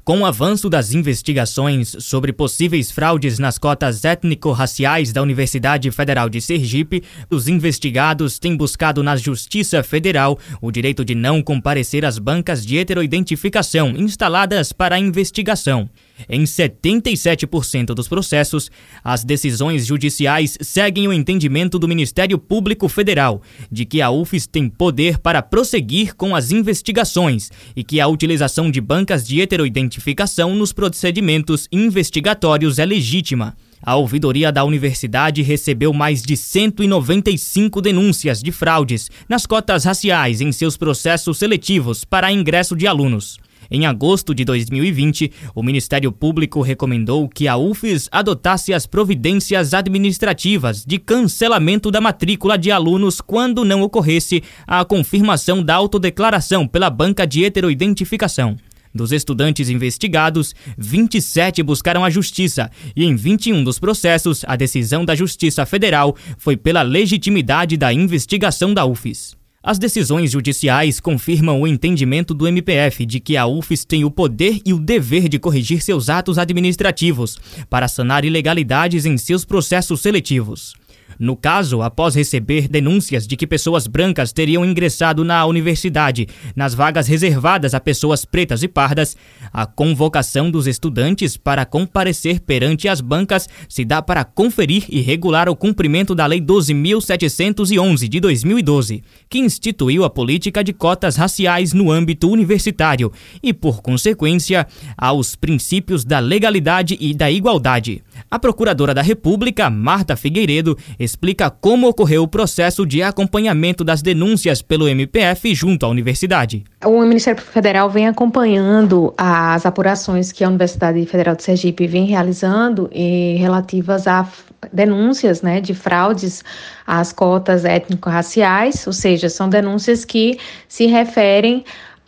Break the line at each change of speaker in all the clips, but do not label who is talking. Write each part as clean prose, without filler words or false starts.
Com o avanço das investigações sobre possíveis fraudes nas cotas étnico-raciais da Universidade Federal de Sergipe, os investigados têm buscado na Justiça Federal o direito de não comparecer às bancas de heteroidentificação instaladas para a investigação. Em 77% dos processos, as decisões judiciais seguem o entendimento do Ministério Público Federal de que a UFES tem poder para prosseguir com as investigações e que a utilização de bancas de heteroidentificação nos procedimentos investigatórios é legítima. A ouvidoria da universidade recebeu mais de 195 denúncias de fraudes nas cotas raciais em seus processos seletivos para ingresso de alunos. Em agosto de 2020, o Ministério Público recomendou que a UFES adotasse as providências administrativas de cancelamento da matrícula de alunos quando não ocorresse a confirmação da autodeclaração pela banca de heteroidentificação. Dos estudantes investigados, 27 buscaram a justiça e em 21 dos processos, a decisão da Justiça Federal foi pela legitimidade da investigação da UFES. As decisões judiciais confirmam o entendimento do MPF de que a UFES tem o poder e o dever de corrigir seus atos administrativos para sanar ilegalidades em seus processos seletivos. No caso, após receber denúncias de que pessoas brancas teriam ingressado na universidade nas vagas reservadas a pessoas pretas e pardas, a convocação dos estudantes para comparecer perante as bancas se dá para conferir e regular o cumprimento da Lei 12.711 de 2012, que instituiu a política de cotas raciais no âmbito universitário e, por consequência, aos princípios da legalidade e da igualdade. A Procuradora da República, Marta Figueiredo, explica como ocorreu o processo de acompanhamento das denúncias pelo MPF junto à universidade.
O Ministério Federal vem acompanhando as apurações que a Universidade Federal de Sergipe vem realizando relativas a denúncias, de fraudes às cotas étnico-raciais, ou seja, são denúncias que se referem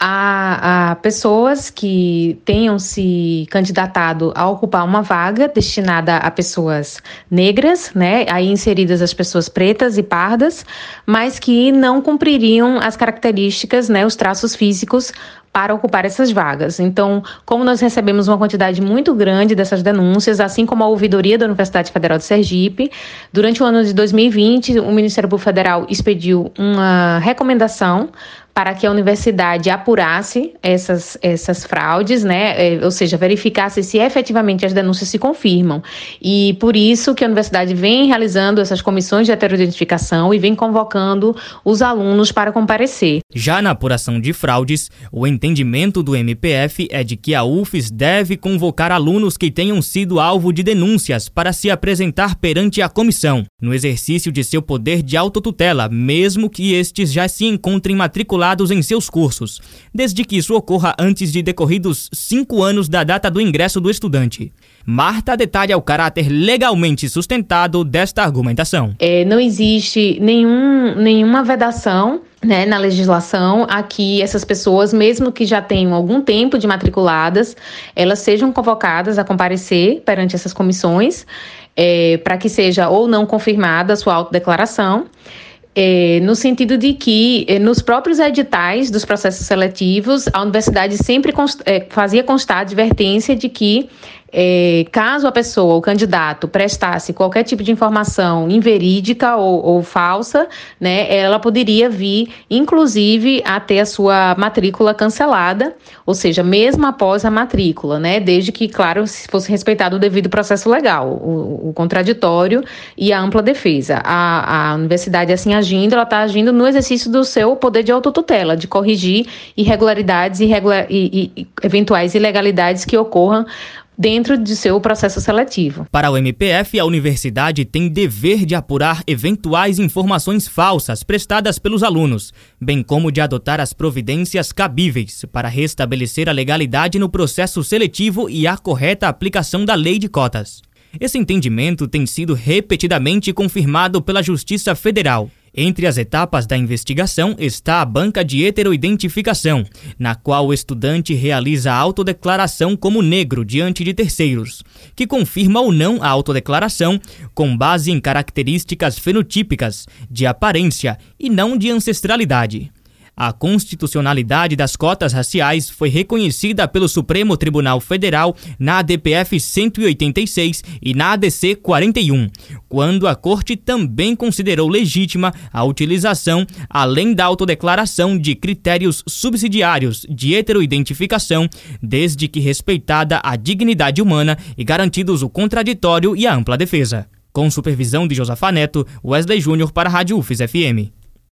a pessoas que tenham se candidatado a ocupar uma vaga destinada a pessoas negras, aí inseridas as pessoas pretas e pardas, mas que não cumpririam as características, os traços físicos para ocupar essas vagas. Então, como nós recebemos uma quantidade muito grande dessas denúncias, assim como a ouvidoria da Universidade Federal de Sergipe, durante o ano de 2020, o Ministério Público Federal expediu uma recomendação para que a universidade apurasse essas fraudes, ou seja, verificasse se efetivamente as denúncias se confirmam. E por isso que a universidade vem realizando essas comissões de heteroidentificação e vem convocando os alunos para comparecer.
Já na apuração de fraudes, o entendimento do MPF é de que a UFES deve convocar alunos que tenham sido alvo de denúncias para se apresentar perante a comissão, no exercício de seu poder de autotutela, mesmo que estes já se encontrem matriculados em seus cursos, desde que isso ocorra antes de decorridos 5 anos da data do ingresso do estudante. Marta detalha o caráter legalmente sustentado desta argumentação.
Não existe nenhuma vedação na legislação a que essas pessoas, mesmo que já tenham algum tempo de matriculadas, elas sejam convocadas a comparecer perante essas comissões, para que seja ou não confirmada a sua autodeclaração, no sentido de que, nos próprios editais dos processos seletivos, a universidade sempre fazia constar a advertência de que, caso a pessoa, o candidato, prestasse qualquer tipo de informação inverídica ou falsa, ela poderia vir, inclusive, a ter a sua matrícula cancelada, ou seja, mesmo após a matrícula, desde que, claro, fosse respeitado o devido processo legal, o contraditório e a ampla defesa. A universidade, assim agindo, ela está agindo no exercício do seu poder de autotutela, de corrigir irregularidades e eventuais ilegalidades que ocorram dentro de seu processo seletivo.
Para o MPF, a universidade tem dever de apurar eventuais informações falsas prestadas pelos alunos, bem como de adotar as providências cabíveis para restabelecer a legalidade no processo seletivo e a correta aplicação da lei de cotas. Esse entendimento tem sido repetidamente confirmado pela Justiça Federal. Entre as etapas da investigação está a banca de heteroidentificação, na qual o estudante realiza a autodeclaração como negro diante de terceiros, que confirma ou não a autodeclaração com base em características fenotípicas, de aparência e não de ancestralidade. A constitucionalidade das cotas raciais foi reconhecida pelo Supremo Tribunal Federal na ADPF 186 e na ADC 41, quando a Corte também considerou legítima a utilização, além da autodeclaração, de critérios subsidiários de heteroidentificação, desde que respeitada a dignidade humana e garantidos o contraditório e a ampla defesa. Com supervisão de Josafá Neto, Wesley Júnior para a Rádio UFES FM.